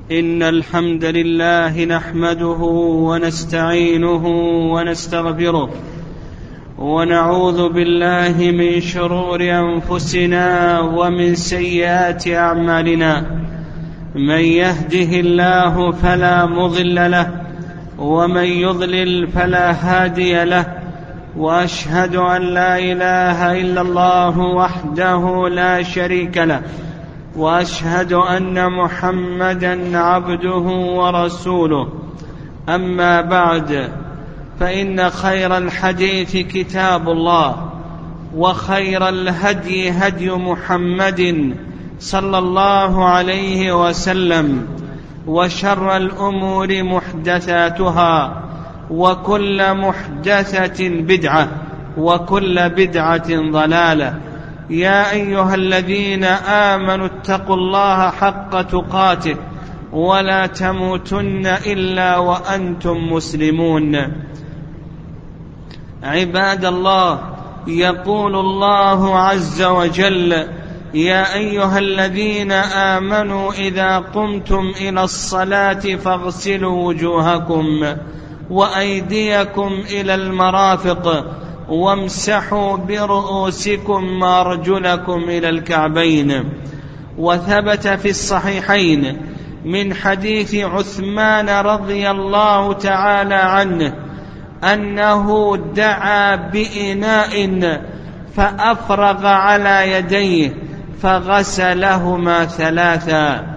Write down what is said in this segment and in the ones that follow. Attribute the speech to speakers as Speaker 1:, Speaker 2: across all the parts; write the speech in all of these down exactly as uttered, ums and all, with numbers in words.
Speaker 1: إن الحمد لله نحمده ونستعينه ونستغفره ونعوذ بالله من شرور أنفسنا ومن سيئات أعمالنا. من يهده الله فلا مضل له ومن يضلل فلا هادي له، وأشهد أن لا إله إلا الله وحده لا شريك له، وأشهد أن محمدًا عبده ورسوله. أما بعد، فإن خير الحديث كتاب الله، وخير الهدي هدي محمد صلى الله عليه وسلم، وشر الأمور محدثاتها، وكل محدثة بدعة، وكل بدعة ضلالة. يا أيها الذين آمنوا اتقوا الله حق تقاته ولا تموتن إلا وأنتم مسلمون. عباد الله، يقول الله عز وجل: يا أيها الذين آمنوا إذا قمتم إلى الصلاة فاغسلوا وجوهكم وأيديكم إلى المرافق وامسحوا برؤوسكم وأرجلكم إلى الكعبين. وثبت في الصحيحين من حديث عثمان رضي الله تعالى عنه أنه دعا بإناء فأفرغ على يديه فغسلهما ثلاثا،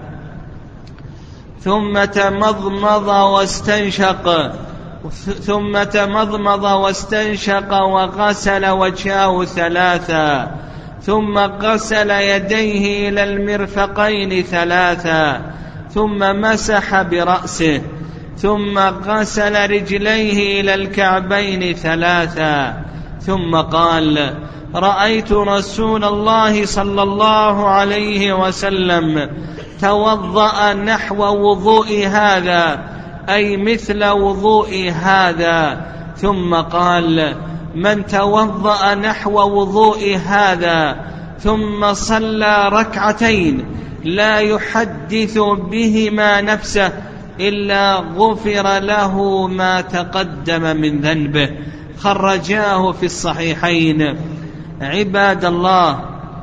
Speaker 1: ثم تمضمض واستنشق ثم تمضمض واستنشق وغسل وجهه ثلاثا، ثم غسل يديه إلى المرفقين ثلاثا، ثم مسح برأسه، ثم غسل رجليه إلى الكعبين ثلاثا، ثم قال: رأيت رسول الله صلى الله عليه وسلم توضأ نحو وضوء هذا، أي مثل وضوء هذا. ثم قال: من توضأ نحو وضوء هذا ثم صلى ركعتين لا يحدث بهما نفسه إلا غفر له ما تقدم من ذنبه. خرجاه في الصحيحين. عباد الله،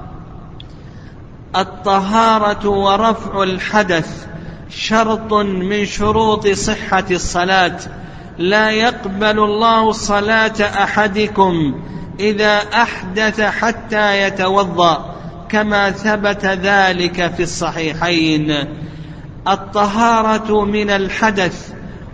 Speaker 1: الطهارة ورفع الحدث شرط من شروط صحة الصلاة. لا يقبل الله صلاة أحدكم إذا أحدث حتى يتوضأ، كما ثبت ذلك في الصحيحين. الطهارة من الحدث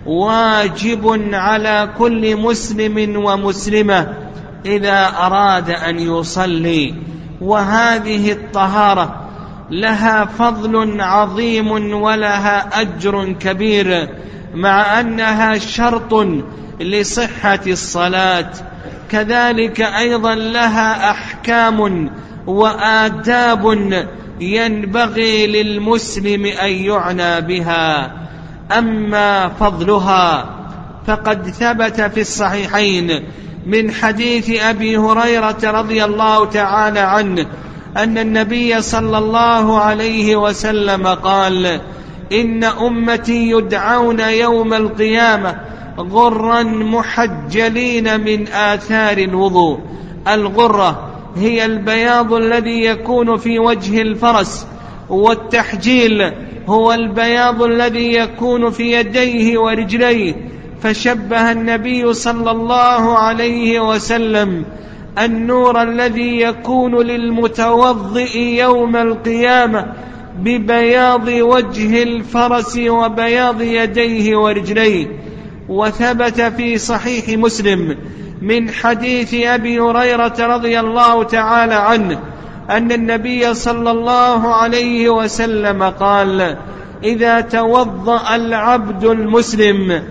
Speaker 1: واجب على كل مسلم ومسلمة إذا أراد أن يصلي، وهذه الطهارة لها فضل عظيم ولها أجر كبير، مع أنها شرط لصحة الصلاة. كذلك أيضا لها أحكام وآداب ينبغي للمسلم أن يعنى بها. أما فضلها فقد ثبت في الصحيحين من حديث أبي هريرة رضي الله تعالى عنه أن النبي صلى الله عليه وسلم قال: إن أمتي يدعون يوم القيامة غرا محجلين من آثار الوضوء. الغرة هي البياض الذي يكون في وجه الفرس، والتحجيل هو البياض الذي يكون في يديه ورجليه. فشبه النبي صلى الله عليه وسلم النور الذي يكون للمتوضئ يوم القيامة ببياض وجه الفرس وبياض يديه ورجليه. وثبت في صحيح مسلم من حديث أبي هريرة رضي الله تعالى عنه أن النبي صلى الله عليه وسلم قال: إذا توضأ العبد المسلم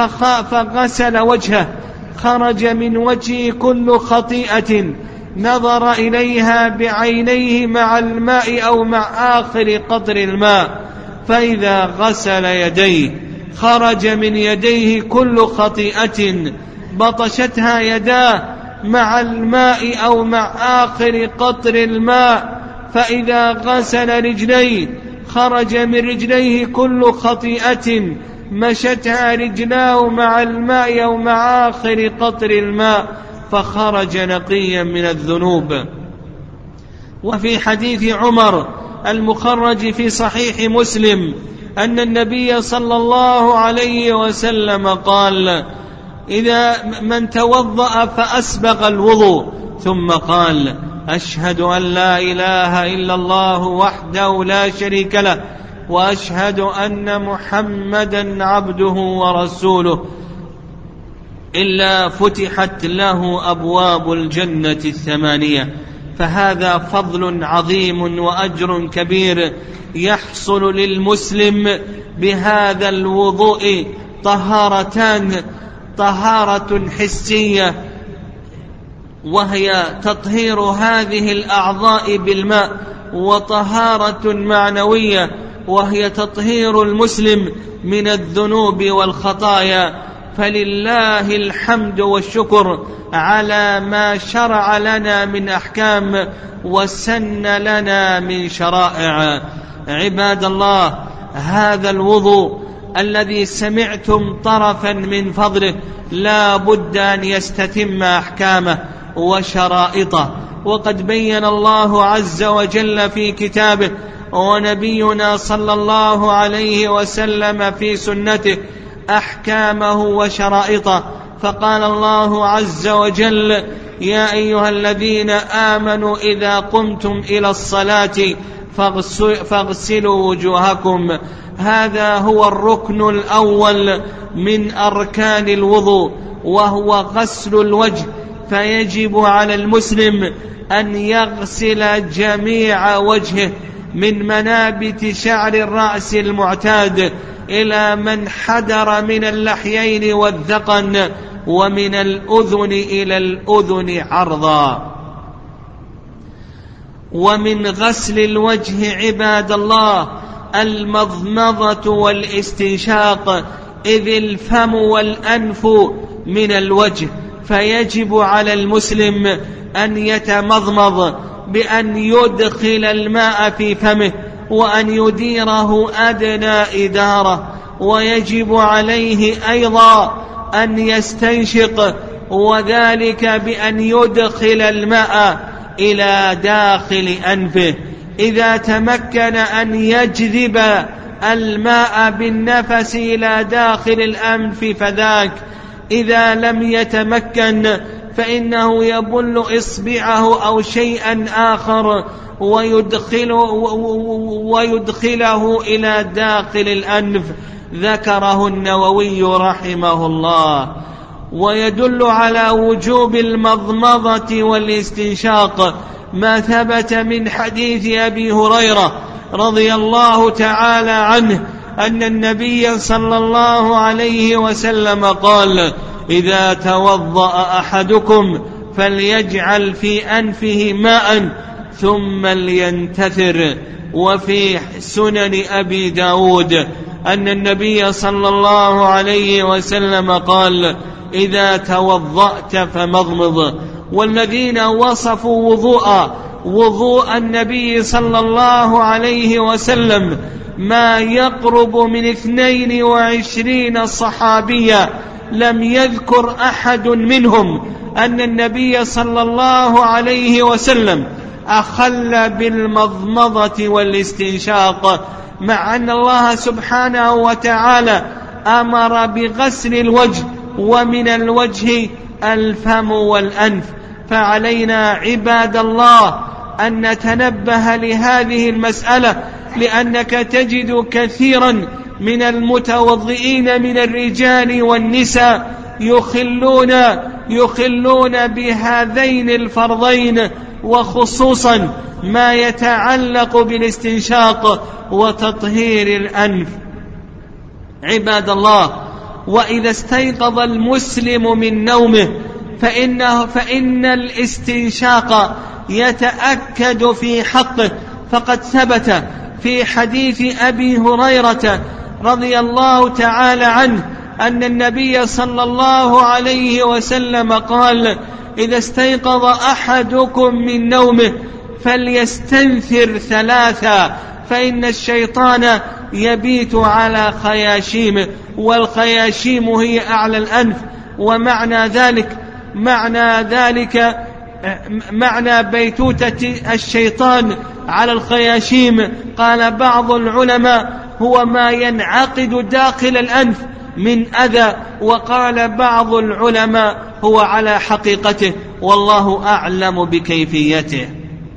Speaker 1: فغسل وجهه خرج من وجهه كل خطيئة نظر إليها بعينيه مع الماء أو مع آخر قطر الماء. فإذا غسل يديه خرج من يديه كل خطيئة بطشتها يداه مع الماء أو مع آخر قطر الماء. فإذا غسل رجليه خرج من رجليه كل خطيئة مشتها رجلاه مع الماء أو مع آخر قطر الماء فخرج نقيا من الذنوب. وفي حديث عمر المخرج في صحيح مسلم أن النبي صلى الله عليه وسلم قال: إذا من توضأ فأسبغ الوضوء ثم قال: أشهد أن لا إله إلا الله وحده لا شريك له وأشهد أن محمدا عبده ورسوله، إلا فتحت له أبواب الجنة الثمانية. فهذا فضل عظيم وأجر كبير يحصل للمسلم بهذا الوضوء، طهارتان: طهارة حسية وهي تطهير هذه الأعضاء بالماء، وطهارة معنوية وهي تطهير المسلم من الذنوب والخطايا. فلله الحمد والشكر على ما شرع لنا من أحكام وسن لنا من شرائع. عباد الله، هذا الوضوء الذي سمعتم طرفا من فضله لا بد أن يستتم أحكامه وشرائطه، وقد بين الله عز وجل في كتابه ونبينا صلى الله عليه وسلم في سنته أحكامه وشرائطه. فقال الله عز وجل: يا أيها الذين آمنوا إذا قمتم إلى الصلاة فاغسلوا وجوهكم. هذا هو الركن الأول من أركان الوضوء، وهو غسل الوجه. فيجب على المسلم أن يغسل جميع وجهه من منابت شعر الرأس المعتاد إلى من حدر من اللحيين والذقن، ومن الأذن إلى الأذن عرضا. ومن غسل الوجه عباد الله المضمضة والاستنشاق، إذ الفم والأنف من الوجه، فيجب على المسلم أن يتمضمض بأن يدخل الماء في فمه وأن يديره أدنى إدارة، ويجب عليه أيضا أن يستنشق، وذلك بأن يدخل الماء إلى داخل أنفه. إذا تمكن أن يجذب الماء بالنفس إلى داخل الأنف فذاك، إذا لم يتمكن فإنه يبل إصبعه أو شيئا آخر ويدخله, ويدخله إلى داخل الأنف. ذكره النووي رحمه الله. ويدل على وجوب المضمضة والاستنشاق ما ثبت من حديث أبي هريرة رضي الله تعالى عنه أن النبي صلى الله عليه وسلم قال: إذا توضأ أحدكم فليجعل في أنفه ماء ثم لينتثر. وفي سنن أبي داود أن النبي صلى الله عليه وسلم قال: إذا توضأت فمضمض. والذين وصفوا وضوء وضوء النبي صلى الله عليه وسلم ما يقرب من اثنين وعشرين صحابيا، لم يذكر أحد منهم أن النبي صلى الله عليه وسلم أخل بالمضمضة والاستنشاق، مع أن الله سبحانه وتعالى أمر بغسل الوجه، ومن الوجه الفم والأنف. فعلينا عباد الله أن نتنبه لهذه المسألة، لأنك تجد كثيرا من المتوضئين من الرجال والنساء يخلون يخلون بهذين الفرضين، وخصوصا ما يتعلق بالاستنشاق وتطهير الأنف. عباد الله، وإذا استيقظ المسلم من نومه فإنه فإن الاستنشاق يتأكد في حقه. فقد ثبت في حديث أبي هريرة رضي الله تعالى عنه أن النبي صلى الله عليه وسلم قال: إذا استيقظ أحدكم من نومه فليستنثر ثلاثا، فإن الشيطان يبيت على خياشيمه، والخياشيم هي أعلى الأنف. ومعنى ذلك معنى ذلك معنى بيتوتة الشيطان على الخياشيم، قال بعض العلماء هو ما ينعقد داخل الأنف من أذى، وقال بعض العلماء هو على حقيقته، والله أعلم بكيفيته.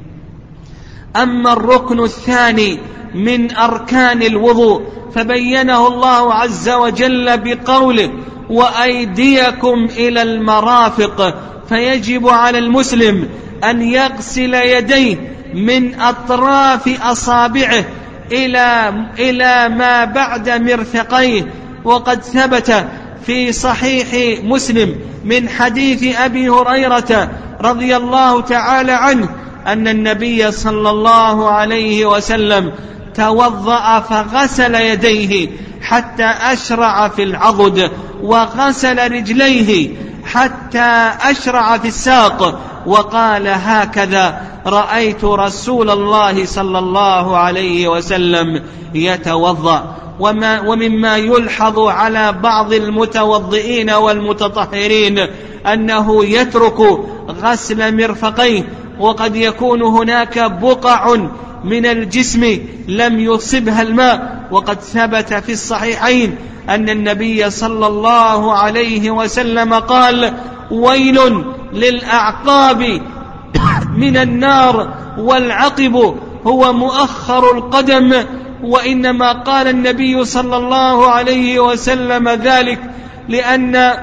Speaker 1: أما الركن الثاني من أركان الوضوء فبينه الله عز وجل بقوله: وأيديكم إلى المرافق، فيجب على المسلم أن يغسل يديه من أطراف أصابعه إلى إلى ما بعد مرفقيه. وقد ثبت في صحيح مسلم من حديث أبي هريرة رضي الله تعالى عنه أن النبي صلى الله عليه وسلم توضأ فغسل يديه حتى أشرع في العضد، وغسل رجليه حتى أشرع في الساق، وقال: هكذا رأيت رسول الله صلى الله عليه وسلم يتوضأ. وما ومما يلحظ على بعض المتوضئين والمتطهرين أنه يترك غسل مرفقيه، وقد يكون هناك بقع من الجسم لم يصبها الماء. وقد ثبت في الصحيحين أن النبي صلى الله عليه وسلم قال: ويل للأعقاب من النار، والعقب هو مؤخر القدم. وإنما قال النبي صلى الله عليه وسلم ذلك لأن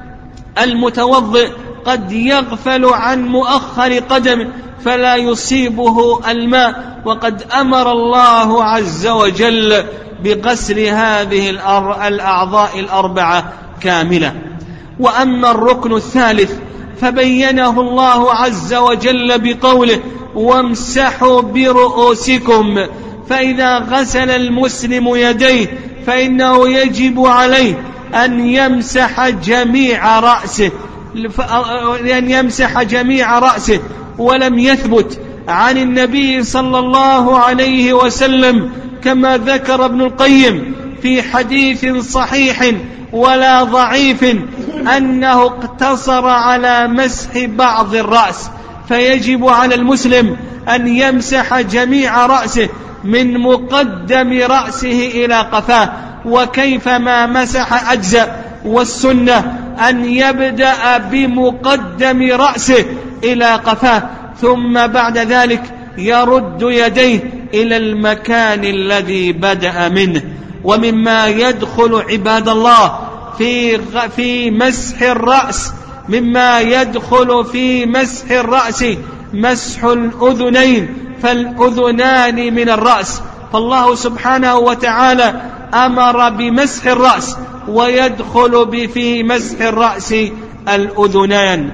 Speaker 1: المتوضئ قد يغفل عن مؤخر قدم فلا يصيبه الماء، وقد أمر الله عز وجل بغسل هذه الأعضاء الأربعة كاملة. وأما الركن الثالث فبينه الله عز وجل بقوله: وامسحوا برؤوسكم. فإذا غسل المسلم يديه فإنه يجب عليه أن يمسح جميع رأسه أن يمسح جميع رأسه ولم يثبت عن النبي صلى الله عليه وسلم كما ذكر ابن القيم في حديث صحيح ولا ضعيف أنه اقتصر على مسح بعض الرأس. فيجب على المسلم أن يمسح جميع رأسه من مقدم رأسه إلى قفاه، وكيفما مسح أجزاء، والسنة أن يبدأ بمقدم رأسه إلى قفاه، ثم بعد ذلك يرد يديه إلى المكان الذي بدأ منه. ومما يدخل عباد الله في في مسح الرأس مما يدخل في مسح الرأس مسح الأذنين، فالأذنان من الرأس، فالله سبحانه وتعالى أمر بمسح الرأس، ويدخل في مسح الرأس الأذنان.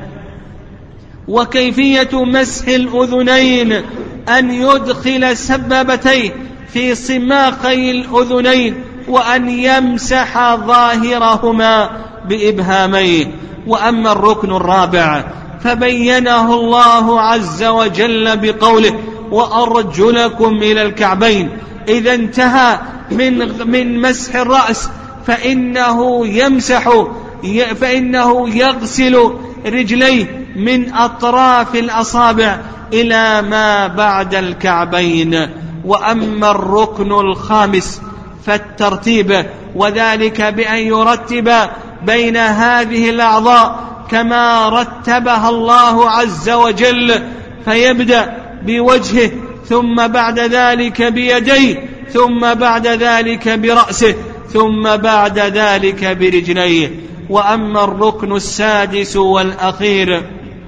Speaker 1: وكيفية مسح الأذنين أن يدخل سبابتيه في صماخي الأذنين، وأن يمسح ظاهرهما بإبهاميه. وأما الركن الرابع فبينه الله عز وجل بقوله: وأرجلكم إلى الكعبين. إذا انتهى من من مسح الرأس فإنه يمسح فإنه يغسل رجليه من أطراف الأصابع إلى ما بعد الكعبين. وأما الركن الخامس فالترتيب، وذلك بأن يرتب بين هذه الأعضاء كما رتبها الله عز وجل، فيبدأ بوجهه، ثم بعد ذلك بيديه، ثم بعد ذلك برأسه، ثم بعد ذلك برجليه. وأما الركن السادس والأخير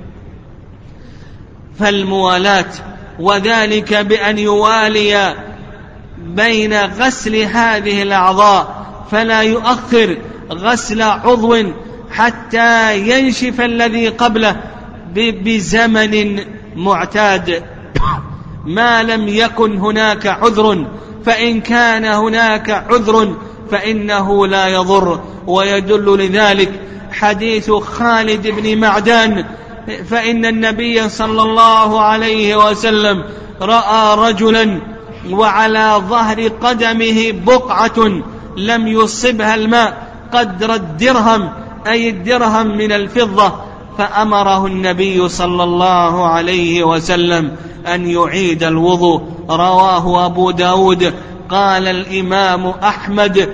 Speaker 1: فالموالاة، وذلك بأن يوالي بين غسل هذه الأعضاء، فلا يؤخر غسل عضو حتى ينشف الذي قبله بزمن معتاد ما لم يكن هناك عذر، فإن كان هناك عذر فإنه لا يضر. ويدل لذلك حديث خالد بن معدان، فإن النبي صلى الله عليه وسلم رأى رجلا وعلى ظهر قدمه بقعة لم يصبها الماء قدر الدرهم، أي الدرهم من الفضة، فأمره النبي صلى الله عليه وسلم أن يعيد الوضوء. رواه أبو داود. قال الإمام أحمد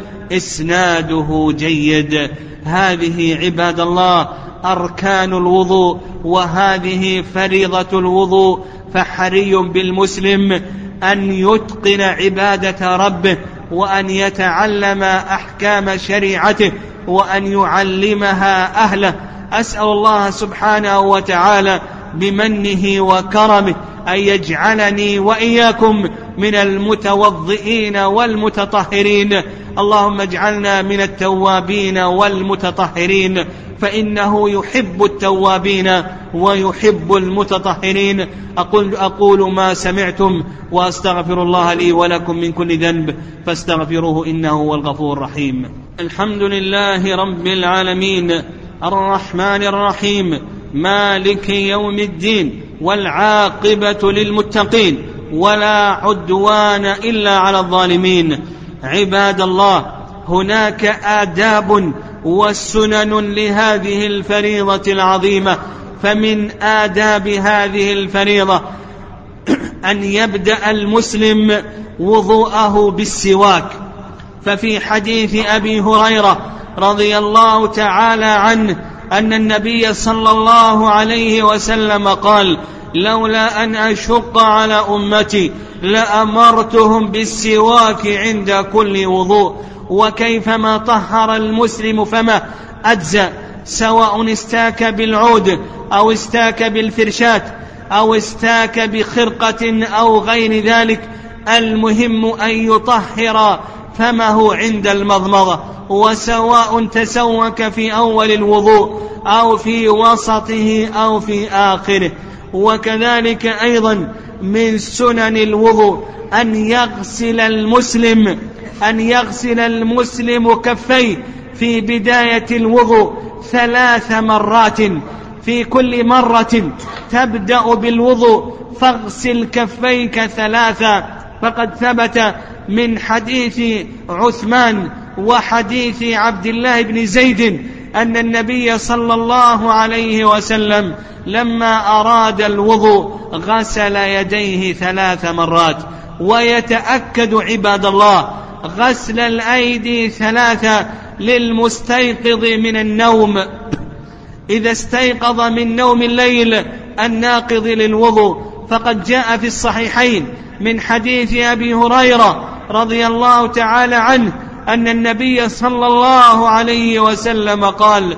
Speaker 1: إسناده جيد. هذه عباد الله أركان الوضوء، وهذه فريضة الوضوء، فحري بالمسلم أن يتقن عبادة ربه، وأن يتعلم أحكام شريعته، وأن يعلمها أهله. أسأل الله سبحانه وتعالى بمنه وكرمه أن يجعلني وإياكم من المتوضئين والمتطهرين. اللهم اجعلنا من التوابين والمتطهرين، فإنه يحب التوابين ويحب المتطهرين. أقول, أقول ما سمعتم وأستغفر الله لي ولكم من كل ذنب فاستغفروه إنه هو الغفور الرحيم. الحمد لله رب العالمين، الرحمن الرحيم، مالك يوم الدين، والعاقبة للمتقين، ولا عدوان إلا على الظالمين. عباد الله، هناك آداب وسنن لهذه الفريضة العظيمة. فمن آداب هذه الفريضة أن يبدأ المسلم وضوءه بالسواك. ففي حديث أبي هريرة رضي الله تعالى عنه أن النبي صلى الله عليه وسلم قال: لولا أن أشق على أمتي لأمرتهم بالسواك عند كل وضوء. وكيفما طهر المسلم فما أجزأ، سواء استاك بالعود أو استاك بالفرشاة أو استاك بخرقة أو غير ذلك، المهم أن يطهر فمه عند المضمضة، وسواء تسوك في أول الوضوء أو في وسطه أو في آخره. وكذلك أيضا من سنن الوضوء أن يغسل المسلم أن يغسل المسلم كفيه في بداية الوضوء ثلاث مرات. في كل مرة تبدأ بالوضوء فاغسل كفيك ثلاثا، فقد ثبت من حديث عثمان وحديث عبد الله بن زيد أن النبي صلى الله عليه وسلم لما أراد الوضوء غسل يديه ثلاث مرات. ويتأكد عباد الله غسل الأيدي ثلاثة للمستيقظ من النوم، إذا استيقظ من نوم الليل الناقض للوضوء، فقد جاء في الصحيحين من حديث أبي هريرة رضي الله تعالى عنه أن النبي صلى الله عليه وسلم قال: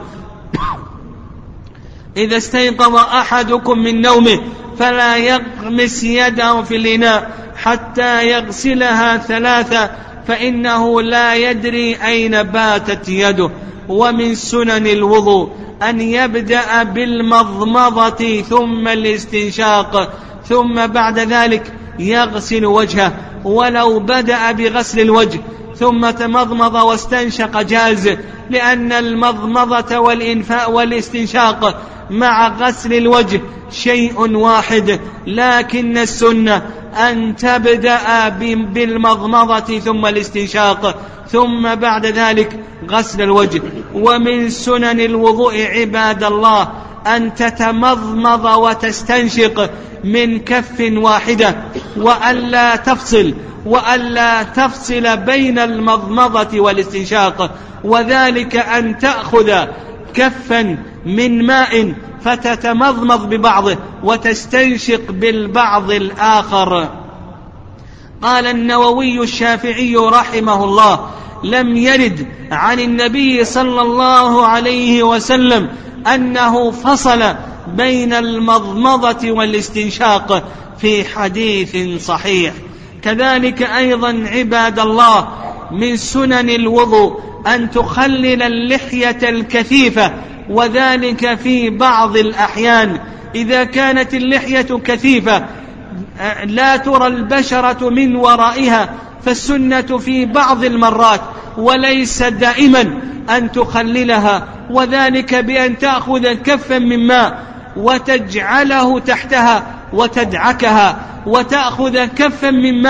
Speaker 1: إذا استيقظ أحدكم من نومه فلا يغمس يده في الإناء حتى يغسلها ثلاثة، فإنه لا يدري أين باتت يده. ومن سنن الوضوء أن يبدأ بالمضمضة ثم الاستنشاق، ثم بعد ذلك يغسل وجهه، ولو بدأ بغسل الوجه ثم تمضمض واستنشق جاز، لأن المضمضة والإنفاء والاستنشاق مع غسل الوجه شيء واحد، لكن السنة أن تبدأ بالمضمضة ثم الاستنشاق ثم بعد ذلك غسل الوجه. ومن سنن الوضوء عباد الله أن تتمضمض وتستنشق من كف واحدة، وألا تفصل وألا تفصل بين المضمضة والاستنشاق، وذلك أن تأخذ كفا من ماء فتتمضمض ببعضه وتستنشق بالبعض الآخر. قال النووي الشافعي رحمه الله: لم يرد عن النبي صلى الله عليه وسلم أنه فصل بين المضمضة والاستنشاق في حديث صحيح. كذلك أيضا عباد الله من سنن الوضوء أن تخلل اللحية الكثيفة، وذلك في بعض الأحيان إذا كانت اللحية كثيفة لا ترى البشرة من ورائها، فالسنة في بعض المرات وليس دائما أن تخللها، وذلك بأن تأخذ كفا من ماء وتجعله تحتها وتدعكها، وتأخذ كفا من ماء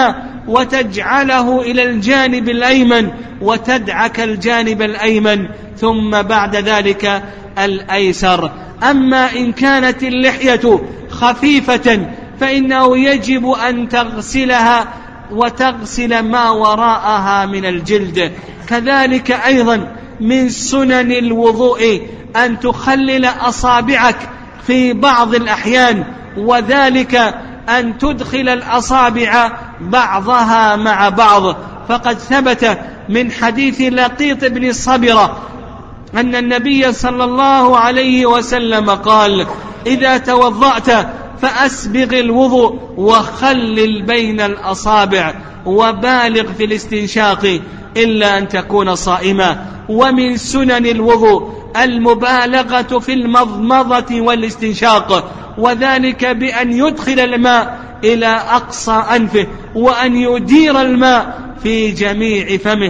Speaker 1: وتجعله إلى الجانب الأيمن وتدعك الجانب الأيمن، ثم بعد ذلك الأيسر. أما إن كانت اللحية خفيفة فإنه يجب أن تغسلها وتغسل ما وراءها من الجلد. كذلك أيضا من سنن الوضوء أن تخلل أصابعك في بعض الأحيان، وذلك أن تدخل الأصابع بعضها مع بعض، فقد ثبت من حديث لقيط بن صبرة أن النبي صلى الله عليه وسلم قال: إذا توضأت فأسبغ الوضوء وخلل بين الأصابع وبالغ في الاستنشاق إلا أن تكون صائما. ومن سنن الوضوء المبالغة في المضمضة والاستنشاق، وذلك بأن يدخل الماء إلى أقصى أنفه وأن يدير الماء في جميع فمه.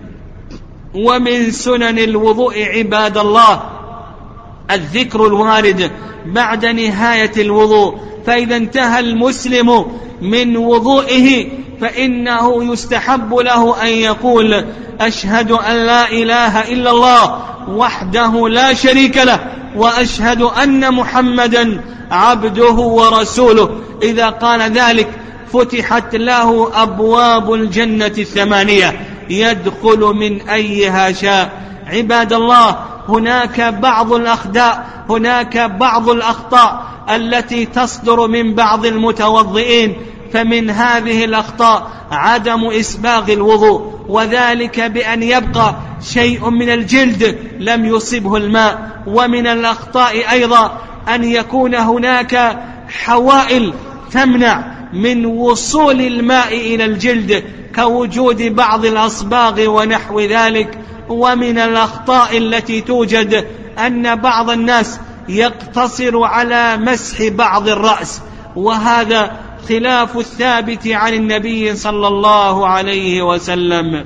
Speaker 1: ومن سنن الوضوء عباد الله الذكر الوارد بعد نهاية الوضوء، فإذا انتهى المسلم من وضوئه فإنه يستحب له أن يقول: أشهد أن لا إله إلا الله وحده لا شريك له، وأشهد أن محمدا عبده ورسوله. إذا قال ذلك فتحت له أبواب الجنة الثمانية يدخل من أيها شاء. عباد الله، هناك بعض الأخطاء هناك بعض الأخطاء التي تصدر من بعض المتوضئين، فمن هذه الأخطاء عدم إسباغ الوضوء، وذلك بأن يبقى شيء من الجلد لم يصبه الماء. ومن الأخطاء أيضا أن يكون هناك حوائل تمنع من وصول الماء إلى الجلد كوجود بعض الأصباغ ونحو ذلك. ومن الأخطاء التي توجد أن بعض الناس يقتصر على مسح بعض الرأس، وهذا خلاف الثابت عن النبي صلى الله عليه وسلم.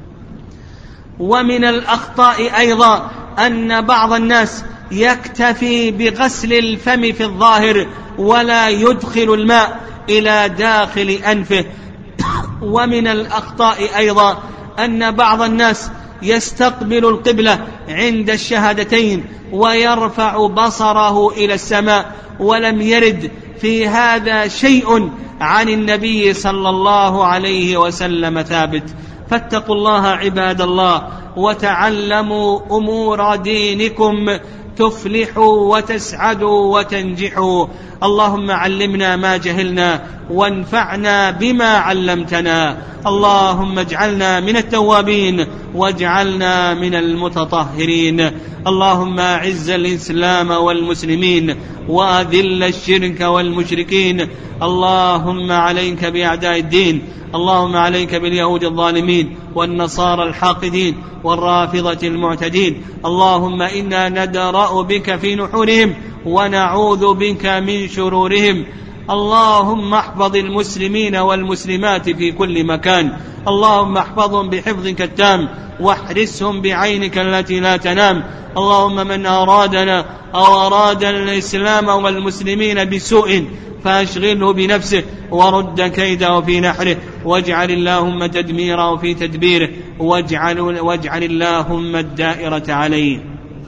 Speaker 1: ومن الأخطاء أيضا أن بعض الناس يكتفي بغسل الفم في الظاهر ولا يدخل الماء إلى داخل أنفه. ومن الأخطاء أيضا أن بعض الناس يستقبل القبلة عند الشهادتين ويرفع بصره إلى السماء، ولم يرد في هذا شيء عن النبي صلى الله عليه وسلم ثابت. فاتقوا الله عباد الله وتعلموا أمور دينكم تفلحوا وتسعدوا وتنجحوا. اللهم علمنا ما جهلنا وانفعنا بما علمتنا. اللهم اجعلنا من التوابين واجعلنا من المتطهرين. اللهم أعز الإسلام والمسلمين وأذل الشرك والمشركين. اللهم عليك بأعداء الدين، اللهم عليك باليهود الظالمين والنصارى الحاقدين والرافضة المعتدين. اللهم إنا ندرأ بك في نحورهم ونعوذ بك من شرورهم. اللهم احفظ المسلمين والمسلمات في كل مكان، اللهم احفظهم بحفظك التام واحرسهم بعينك التي لا تنام. اللهم من أرادنا أو أراد الإسلام والمسلمين بسوء فأشغله بنفسه ورد كيده في نحره، واجعل اللهم تدميره في تدبيره، واجعل, واجعل اللهم الدائرة عليه.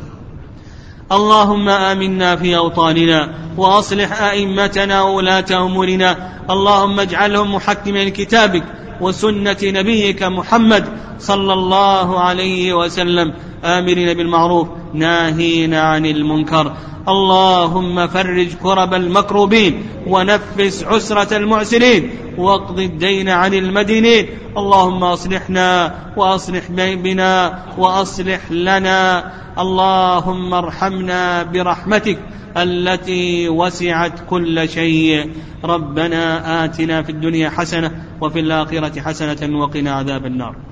Speaker 1: اللهم آمنا في أوطاننا وأصلح أئمتنا وولاة أمورنا. اللهم اجعلهم محكمين لكتابك وسنة نبيك محمد صلى الله عليه وسلم، آمرين بالمعروف ناهين عن المنكر. اللهم فرج كرب المكروبين ونفس عسرة المعسرين واقض الدين عن المدينين. اللهم أصلحنا وأصلح بنا وأصلح لنا. اللهم ارحمنا برحمتك التي وسعت كل شيء. ربنا آتنا في الدنيا حسنة وفي الآخرة حسنة وقنا عذاب النار.